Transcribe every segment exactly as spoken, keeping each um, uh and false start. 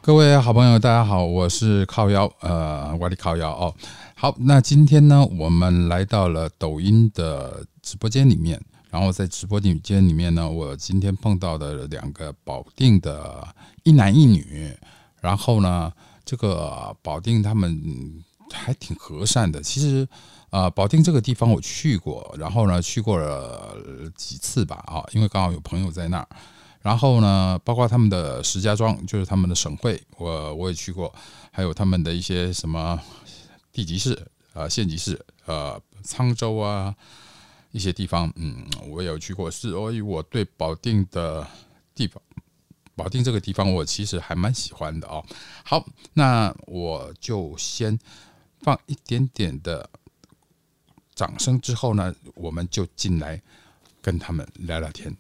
各位好朋友，大家好，我是靠腰，呃，我的靠腰哦。好，那今天呢，我们来到了抖音的直播间里面，然后在直播间里面呢，我今天碰到的两个保定的一男一女，然后呢，这个保定他们还挺和善的。其实，呃，保定这个地方我去过，然后呢，去过了几次吧，啊，因为刚好有朋友在那儿。然后呢，包括他们的石家庄，就是他们的省会，我我也去过，还有他们的一些什么地级市、呃县级市、呃沧州啊一些地方，嗯，我也有去过。所以我对保定的地方，保定这个地方，我其实还蛮喜欢的哦。好，那我就先放一点点的掌声之后呢，我们就进来跟他们聊聊天。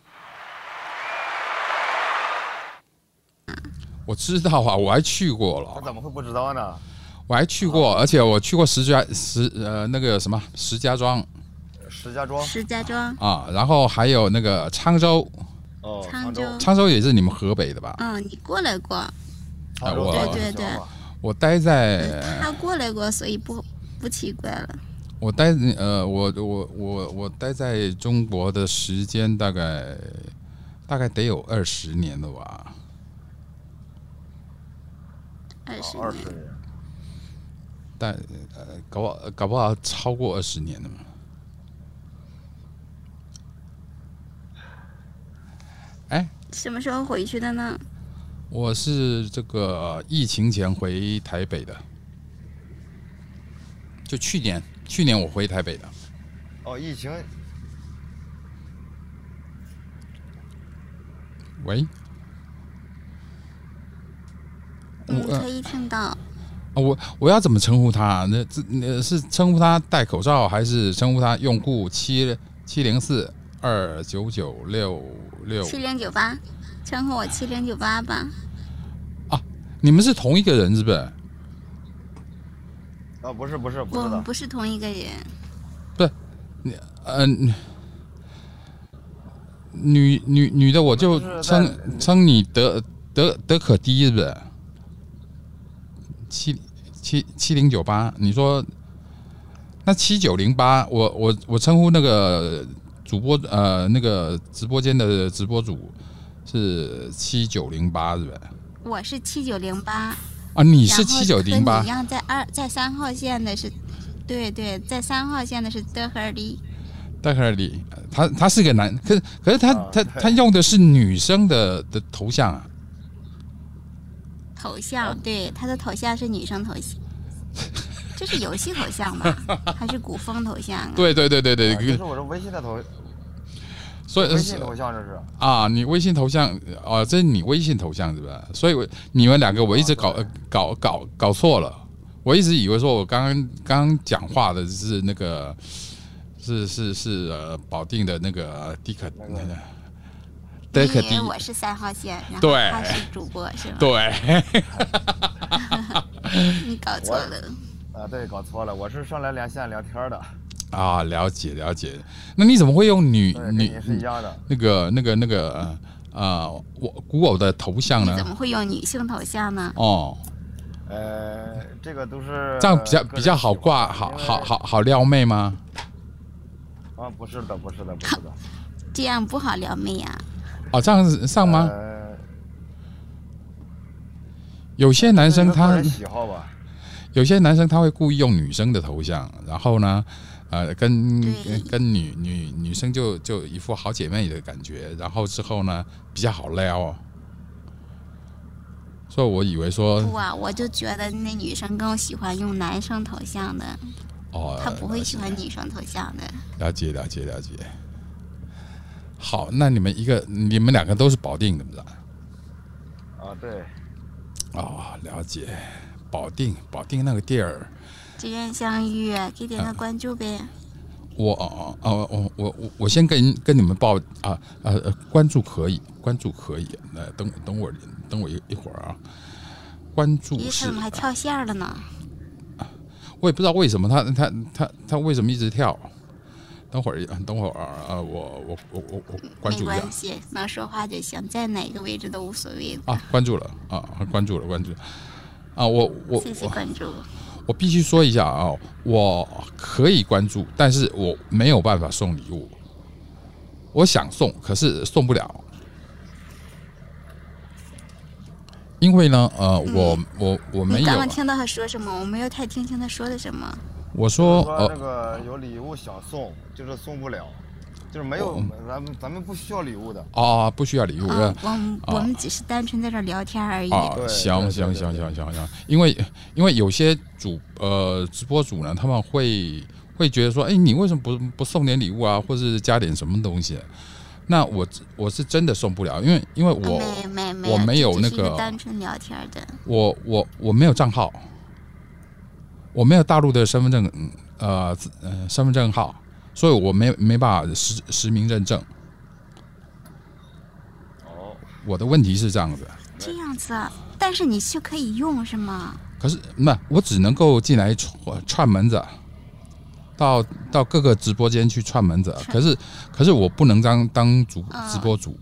我知道啊，我还去过了。 我怎么会不知道呢？ 我还去过，而且我去过石家石呃那个什么石家庄， 石家庄， 石家庄啊，然后还有那个沧州。 哦， 沧州， 沧州也是你们河北的吧？ 嗯，你过来过。 沧州， 对对对， 我待在他过来过，所以不不奇怪了。 我待呃我我我我待在中国的时间大概大概得有二十年了吧。 二十年， 但呃，搞不好搞不好超过二十年了嘛。哎， 什么时候回去的呢？ 我是这个疫情前回台北的，就去年，去年我回台北的。 哦，疫情。 喂。 嗯，可以听到。 我我要怎么称呼他？那这那是称呼他戴口罩，还是称呼他用户七七零四二九九六六七零九八？称呼我七零九八吧。 啊，你们是同一个人是不是？ 啊，不是不是不是我们不是同一个人。 不是，你嗯、呃，女女女的我就称称你德德德可低是不是？七七七零九八，你说那七九零八，我我我称呼那个主播呃那个直播间的直播主是七九零八，是不是？ 我是七九零八啊，你是七九零八， 和你一样在二在三号线的是，对对，在三号线的是德赫尔里。 德赫尔里，他他是个男，可是可是他、啊、他他用的是女生的的头像啊。 头像，对，他的头像是女生头像，这是游戏头像吧？还是古风头像、啊？ 对对对对对， 这、啊、是我的微信的头， 所以微信头像这是啊，你微信头像哦，这是你微信头像是吧？所以你们两个我一直搞、啊、搞搞搞错了，我一直以为说我刚刚刚刚讲话的是那个是是是呃保定的那个迪可那个。 你以为我是三号线，然后他是主播是吗？ 对， 你搞错了。 啊，对，搞错了，我是上来连线聊天的。 啊，了解了解。那你怎么会用女女是一样的那个那个那个呃我古偶的头像呢？ 你怎么会用女性头像呢？ 哦， 呃，这个都是这样比较比较好挂，好好好好撩妹吗？ 啊，不是的，不是的，不是的。 这样不好撩妹呀。 哦，这样子上吗？ 呃、 有些男生他喜好吧， 有些男生他会故意用女生的头像，然后呢，呃，跟跟女女女生就就一副好姐妹的感觉，然后之后呢比较好撩哦。所以我以为说不啊，我就觉得那女生更喜欢用男生头像的， 哦， 她不会喜欢女生头像的。 了解了解了解。好，那你们一个，你们两个都是保定的，不是？ 啊，对。 哦，了解。保定，保定那个地儿。 只愿相遇，给点个关注呗。 啊、我哦哦哦，我我我先跟跟你们报啊呃关注可以，关注可以。那等等我等我一一会儿啊。关注是。 他怎么还跳线了呢？ 我也不知道为什么他他他他为什么一直跳。 等会儿，等会儿，呃，我我我我我关注一下。 没关系，能说话就行，在哪个位置都无所谓啊，关注了啊，关注了，关注了啊，我我谢谢关注。 我必须说一下啊，我可以关注，但是我没有办法送礼物。我想送，可是送不了，因为呢，呃，我我我没有。 你刚刚听到他说什么？我没有太听清他说的什么。 我说， 说那个有礼物想送，就是送不了，就是没有，咱们咱们不需要礼物的。 啊，不需要礼物。 啊，我们我们只是单纯在这聊天而已。 啊，行行行行行行，因为因为有些主呃直播主呢，他们会会觉得说，哎，你为什么不不送点礼物啊，或是加点什么东西？那我我是真的送不了，因为因为我没没我没有那个个单纯聊天的， 我我我没有账号。我没有大陆的身份证，呃呃身份证号，所以我没没办法实实名认证。 哦， 我的问题是这样子。 这样子，但是你是可以用是吗？ 可是那我只能够进来串串门子，到到各个直播间去串门子。可是可是我不能当当主直播主。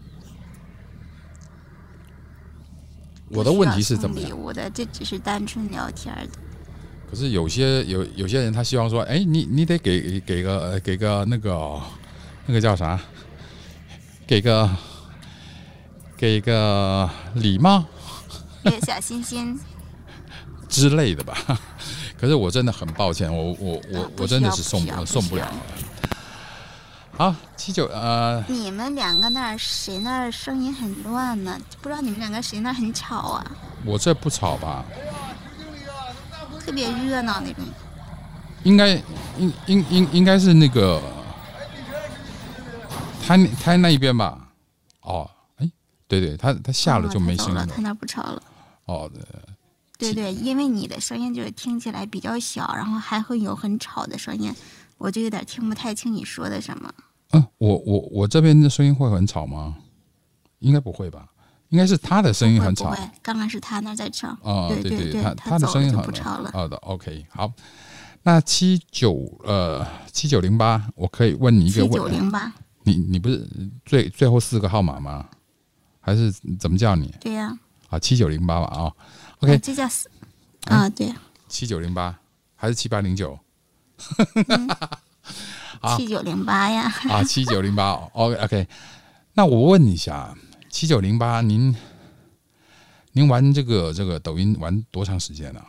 我的问题是怎么样？ 礼物的，这只是单纯聊天的。 可是有些有有些人他希望说，哎，你你得给给个给个那个那个叫啥？给个给个礼貌， 给小心心之类的吧。可是我真的很抱歉，我我我、 啊、 我真的是送不送不了。好，七九呃， 你们两个那儿谁那儿声音很乱呢？不知道你们两个谁那儿很吵啊？ 我这不吵吧？ 特别热闹那种。 应该应应应应该是那个他他那一边吧？哦，哎，对对，他他下了就没声音了。 哦、他那不吵了。 哦， 对对对，因为你的声音就是听起来比较小，然后还会有很吵的声音，我就有点听不太清你说的什么。 嗯，我我我这边的声音会很吵吗？应该不会吧？应该是他的声音很吵。 不会，不会，刚刚是他那在吵。 哦， 对对对， 他他的声音很不吵了。 好的 ，OK， 好。那七九呃七九零八，我可以问你一个问题。七九零八， 你你不是最最后四个号码吗？还是怎么叫你？ 对呀、 啊。啊，七九零八嘛啊 ，OK， 这叫四啊，对。 七九零八还是七八零九？ 七九零八呀。 啊，七九零八 ，OK OK。那我问你一下，七九零八，您您玩这个这个抖音玩多长时间了、啊？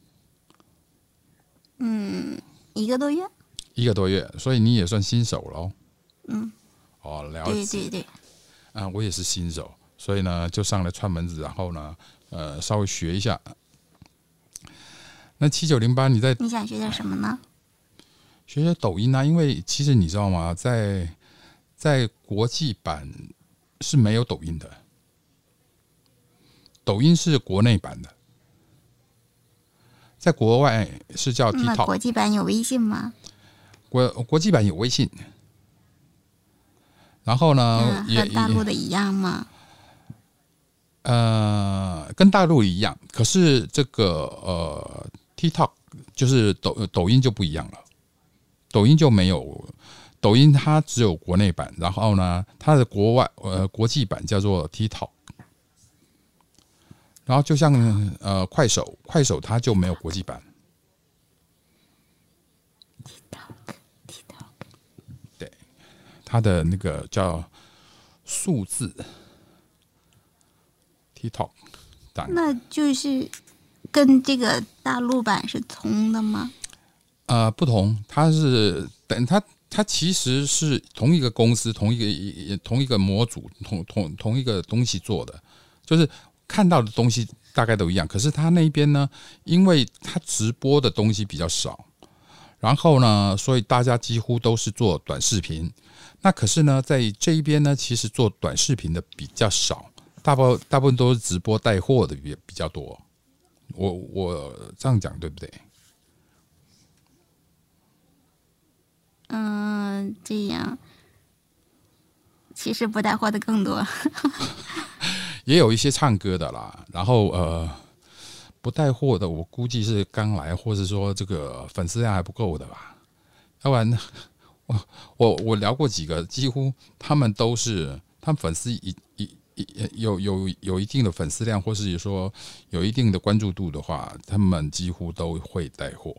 嗯，一个多月。 一个多月，所以你也算新手喽。 嗯。 哦，了解。 对对对。 啊，我也是新手，所以呢就上来串门子，然后呢，呃，稍微学一下。那七九零八，你在你想学点什么呢？ 学学抖音啊，因为其实你知道吗，在在国际版是没有抖音的，抖音是国内版的，在国外是叫 TikTok。 那国际版有微信吗？ 国国际版有微信，然后呢， 嗯、和大陆的一样吗？ 呃，跟大陆一样，可是这个呃 TikTok 就是抖抖音就不一样了。抖音就没有，抖音它只有国内版，然后呢，它的国外呃国际版叫做 TikTok， 然后就像呃快手，快手它就没有国际版。 TikTok TikTok， 对，它的那个叫数字 TikTok， 那就是跟这个大陆版是通的吗？ 呃，不同，它是等它它其实是同一个公司、同一个同一个模组、同同同一个东西做的，就是看到的东西大概都一样。可是它那边呢，因为它直播的东西比较少，然后呢，所以大家几乎都是做短视频。那可是呢，在这一边呢，其实做短视频的比较少，大部大部分都是直播带货的比比较多。我我这样讲对不对？ 嗯，这样，其实不带货的更多。 也有一些唱歌的啦，然后呃，不带货的，我估计是刚来，或者说这个粉丝量还不够的吧。要不然， 我我我聊过几个，几乎他们都是他们粉丝一一一有有有一定的粉丝量，或是说有一定的关注度的话，他们几乎都会带货。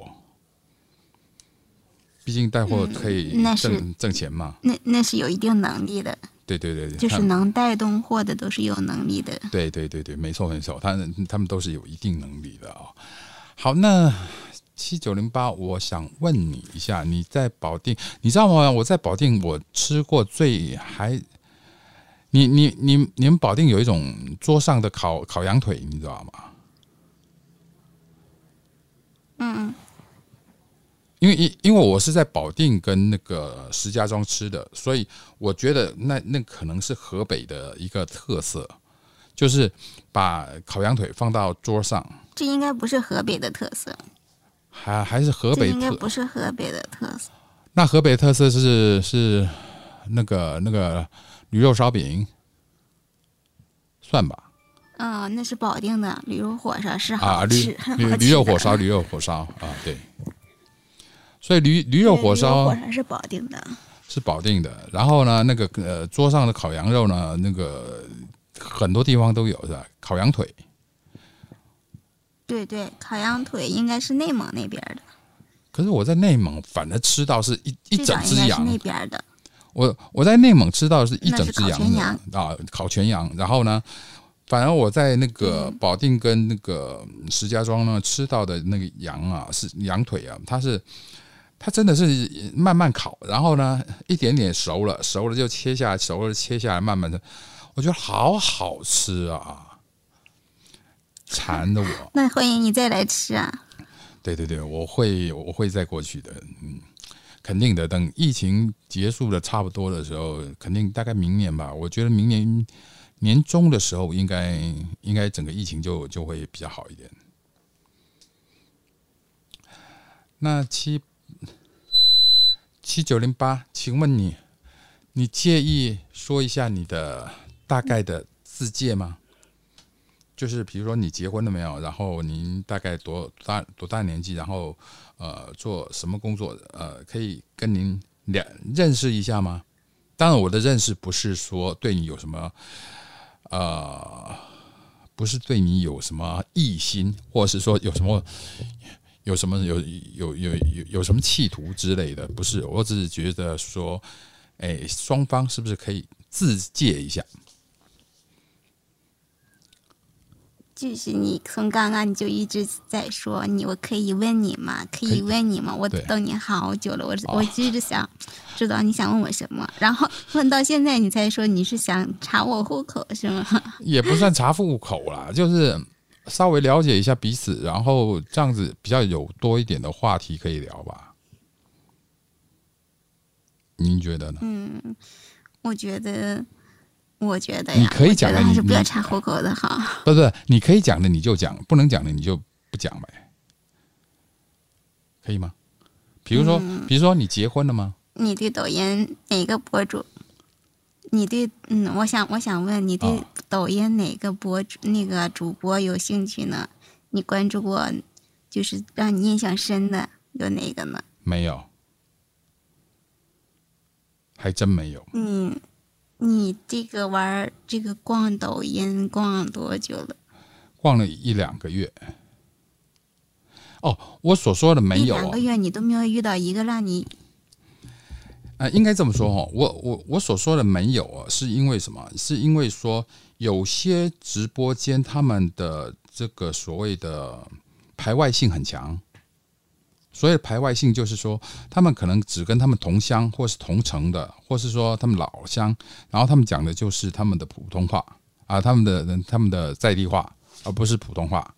毕竟带货可以挣、嗯、挣钱嘛， 那那是有一定能力的。 对对对， 就是能带动货的都是有能力的。 对对对对，没错没错，他他们都是有一定能力的啊、哦。好，那七九零八，我想问你一下，你在保定，你知道吗？我在保定，我吃过最还，你你你你们保定有一种桌上的烤烤羊腿，你知道吗？ 嗯。 因为因为我是在保定跟那个石家庄吃的，所以我觉得那那可能是河北的一个特色，就是把烤羊腿放到桌上。 这应该不是河北的特色， 还还是河北特， 这应该不是河北的特色。 那河北特色是是那个那个驴肉烧饼，算吧。 嗯、哦，那是保定的驴肉火烧是好吃， 啊、驴, 驴肉火烧，驴肉火烧啊，对。所以驴驴肉火烧， 火烧是保定的， 是保定的。然后呢，那个呃桌上的烤羊肉呢，那个很多地方都有是吧？烤羊腿， 对对，烤羊腿应该是内蒙那边的。 可是我在内蒙反而吃到是一一整只羊， 是那边的。 我我在内蒙吃到是一整只羊， 羊啊，烤全羊。然后呢，反而我在那个保定跟那个石家庄呢吃到的那个羊啊，是羊腿啊，它是。它真的是慢慢烤，然后呢，一点点熟了，熟了就切下来，熟了切下来，慢慢的，我觉得好好吃啊，馋的我。 那欢迎你再来吃啊！ 对对对，我会我会再过去的，嗯，肯定的。等疫情结束的差不多的时候，肯定大概明年吧。我觉得明年年中的时候，应该应该整个疫情就就会比较好一点。那七。七九零八，请问你，你介意说一下你的大概的自介吗？就是比如说你结婚了没有，然后您大概多大多大年纪，然后呃做什么工作，呃可以跟您两认识一下吗？当然我的认识不是说对你有什么呃不是对你有什么异心，或者是说有什么。有什么有有有有有什么企图之类的？不是，我只是觉得说，哎，双方是不是可以自介一下？ 就是你从刚刚你就一直在说你，我可以问你吗？可以问你吗？我等你好久了，我我一直想知道你想问我什么，然后问到现在你才说你是想查我户口是吗？ 也不算查户口啦，就是。稍微了解一下彼此，然后这样子比较有多一点的话题可以聊吧？您觉得呢？ 嗯，我觉得，我觉得你可以讲的， 还是不要查户口的好。 不是，你可以讲的你就讲，不能讲的你就不讲呗，可以吗？比如说，嗯、比如说你结婚了吗？ 你对抖音哪个博主？你对嗯，我想我想问你对抖音哪个博主、哦、那个主播有兴趣呢？你关注过，就是让你印象深的有哪个呢？ 没有，还真没有。 嗯，你这个玩这个逛抖音逛多久了？ 逛了一两个月。哦，我所说的没有、哦， 一两个月你都没有遇到一个让你。 呃，应该这么说哈，我我我所说的没有啊，是因为什么？是因为说有些直播间他们的这个所谓的排外性很强。所谓的排外性就是说，他们可能只跟他们同乡或是同城的，或是说他们老乡，然后他们讲的就是他们的普通话啊，他们的他们的在地话，而不是普通话。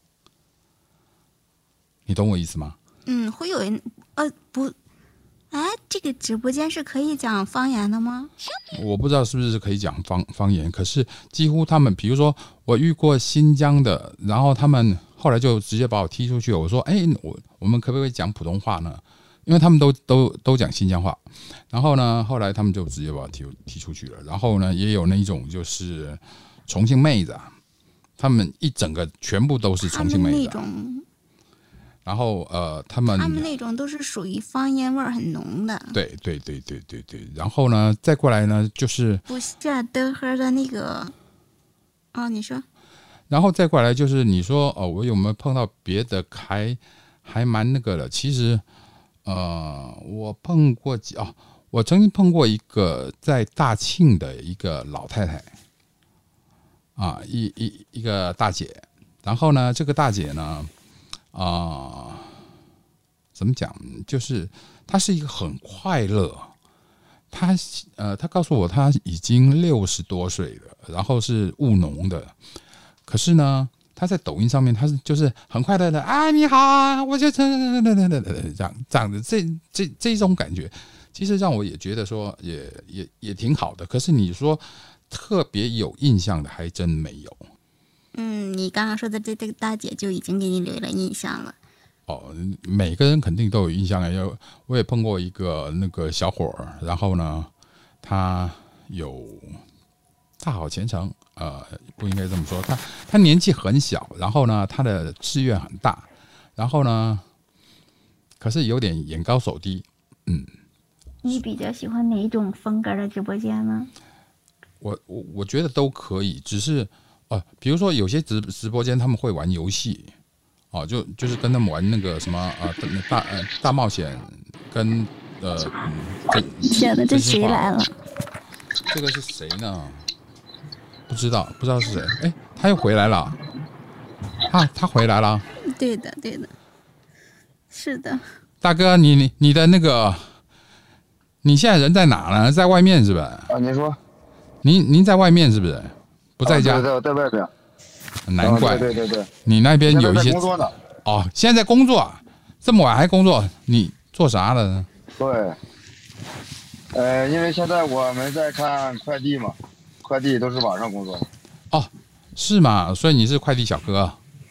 你懂我意思吗？ 嗯，会有人呃不。哎，这个直播间是可以讲方言的吗？ 我不知道是不是可以讲方方言，可是几乎他们，比如说我遇过新疆的，然后他们后来就直接把我踢出去。我说：“哎，我我们可不可以讲普通话呢？”因为他们都都都讲新疆话。然后呢，后来他们就直接把我踢踢出去了。然后呢，也有那一种就是重庆妹子啊，他们一整个全部都是重庆妹子、啊。 然后呃，他们他们那种都是属于方言味儿很浓的。 对对对对对对。然后呢，再过来呢，就是不是啊，德和的那个，哦，你说。 然后再过来就是你说哦，我有没有碰到别的还还蛮那个的？其实呃，我碰过几哦，我曾经碰过一个在大庆的一个老太太啊，一一一个大姐。然后呢，这个大姐呢，啊、呃，怎么讲？就是她是一个很快乐。她呃，她告诉我她已经六十多岁了，然后是务农的。可是呢，她在抖音上面，她是就是很快乐的啊，你好啊，我就这样这样子，这这这种感觉，其实让我也觉得说也也也挺好的。可是你说特别有印象的，还真没有。 嗯，你刚刚说的这这个大姐就已经给你留了印象了。 哦，每个人肯定都有印象的。有我也碰过一个那个小伙儿，然后呢，他有大好前程，呃，不应该这么说。他他年纪很小，然后呢，他的志愿很大，然后呢，可是有点眼高手低。嗯， 你比较喜欢哪一种风格的直播间呢？ 我我我觉得都可以，只是。哦，比如说有些直直播间他们会玩游戏，哦，就就是跟他们玩那个什么呃大呃大冒险跟呃嗯， 天哪，这谁来了？ 这个是谁呢？不知道，不知道是谁。哎，他又回来了，啊，他回来了。 对的，对的，是的。 大哥，你你你的那个，你现在人在哪呢？在外面是吧？ 啊，您说。 您您在外面是不是？不在家， 啊、在在外边。 难怪， 啊、对对对对， 你那边有一些工作呢。 哦，现在在工作，这么晚还工作，你做啥的呢？ 对，呃，因为现在我们在看快递嘛，快递都是晚上工作。 哦，是吗？所以你是快递小哥，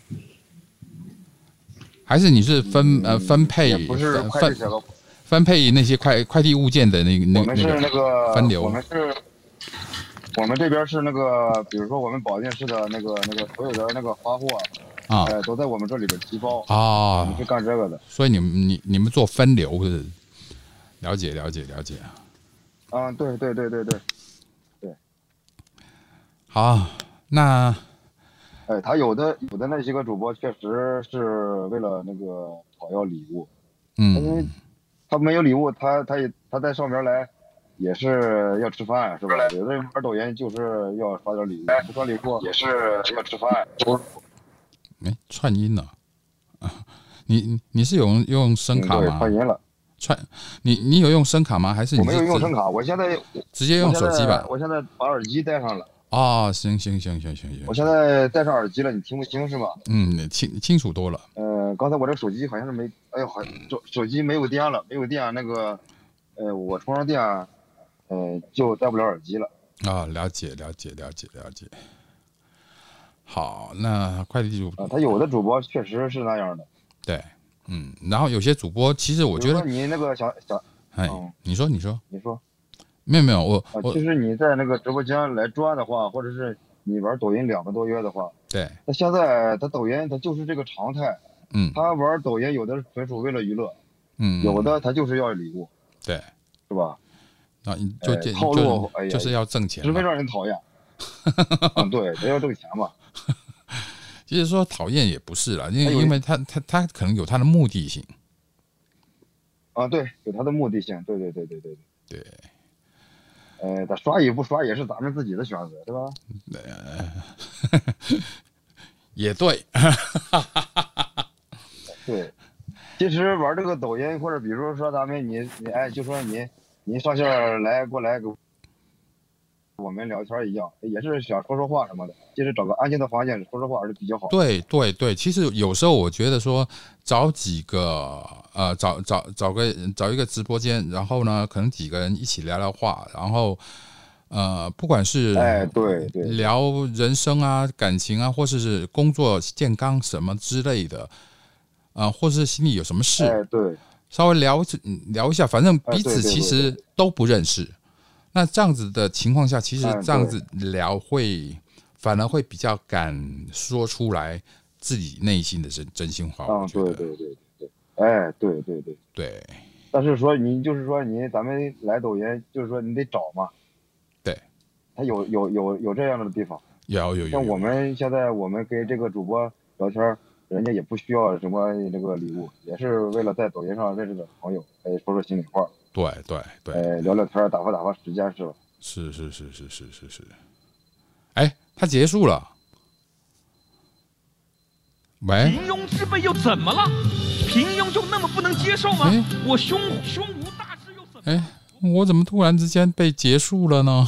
还是你是分呃分配？ 也不是快递小哥， 分配那些快快递物件的那个那我们是那个分流， 我们是。我们这边是那个，比如说我们保定市的那个那个所有的那个发货啊，呃，都在我们这里边提包啊，我们是干这个的。 所以你们你你们做分流是？了解了解了解。 啊，对对对对对对。 好，那， 哎，他有的有的那些个主播确实是为了那个讨要礼物， 嗯， 因为他没有礼物，他他也他在上边来。也是要吃饭是吧？有的人玩抖音就是要刷点礼物，不刷礼物也是要吃饭。 哎，串音了，啊、你你是有用声卡吗？ 嗯、串音了。 串你你有用声卡吗？还是你我没有用声卡？我现在直接用手机吧。 我现在把耳机戴上了。 哦，行行行行行行。 我现在戴上耳机了，你听不清是吧？ 嗯，清清楚多了。 呃，刚才我这手机好像是没，哎呦，好手手机没有电了，没有电，那个，呃，我充上电。呃，就戴不了耳机了啊、哦！了解，了解，了解，了解。好，那快递主啊，他有的主播确实是那样的。 对，嗯，然后有些主播，其实我觉得你那个小小， 哎、嗯，你说，你说， 你说， 没有没有，我啊，其实你在那个直播间来赚的话，或者是你玩抖音两个多月的话， 对， 那现在他抖音他就是这个常态， 嗯， 他玩抖音有的是纯属为了娱乐， 嗯， 有的他就是要礼物， 对， 是吧？ 啊，就哎、套路，哎呀， 就是要挣钱， 十分让人讨厌。嗯，对，他要挣钱嘛。 其实说讨厌也不是啦，因为因为他他他可能有他的目的性。 啊，对，有他的目的性，对对对对对对。对。 呃，他刷与不刷也是咱们自己的选择，对吧？ 呃、也对。 对，其实玩这个抖音或者比如说咱们你你哎，就说你。你上线来过来跟我们聊天一样，也是想说说话什么的。其实找个安静的房间说说话是比较好。 对对对，其实有时候我觉得说找几个呃找找找个找一个直播间，然后呢可能几个人一起聊聊话，然后呃不管是哎对对聊人生啊感情啊，或者是工作健康什么之类的，啊、呃、或是心里有什么事， 哎对。 稍微聊聊一下，反正彼此其实都不认识。那这样子的情况下，其实这样子聊会反而会比较敢说出来自己内心的真真心话。 嗯，对对对。 哎，对对对对。 但是说你就是说你咱们来抖音，就是说你得找嘛。 对。 他有有有有这样的地方。 有有有。 像我们现在我们跟这个主播聊天，人家也不需要什么这个礼物，也是为了在抖音上认识的朋友，哎，说说心里话。 对对对。 哎，聊聊天，打发打发时间是吧？ 是是是是是是是。哎，他结束了。喂。 平庸之辈又怎么了？平庸就那么不能接受吗？我胸胸无大志又怎么？ 哎，我怎么突然之间被结束了呢？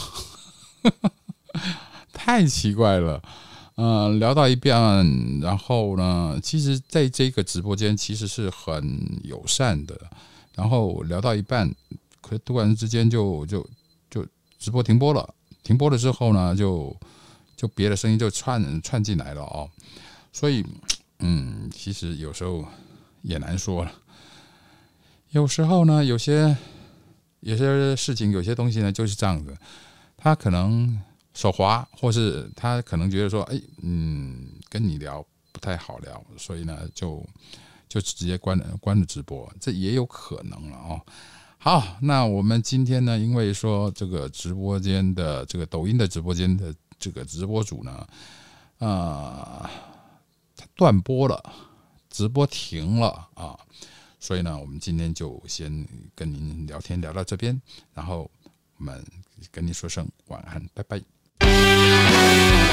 太奇怪了。呃，聊到一半，然后呢，其实在这个直播间其实是很友善的，然后聊到一半，可是突然之间就就就直播停播了。停播了之后呢，就就别的声音就串串进来了哦。所以，嗯，其实有时候也难说了。有时候呢，有些有些事情，有些东西呢，就是这样子，他可能手滑，或是他可能觉得说，哎，嗯，跟你聊不太好聊，所以呢，就就直接关了关了直播，这也有可能了哦。好，那我们今天呢，因为说这个直播间的这个抖音的直播间的这个直播主呢，呃，他断播了，直播停了啊，所以呢，我们今天就先跟您聊天聊到这边，然后我们跟您说声晚安，拜拜。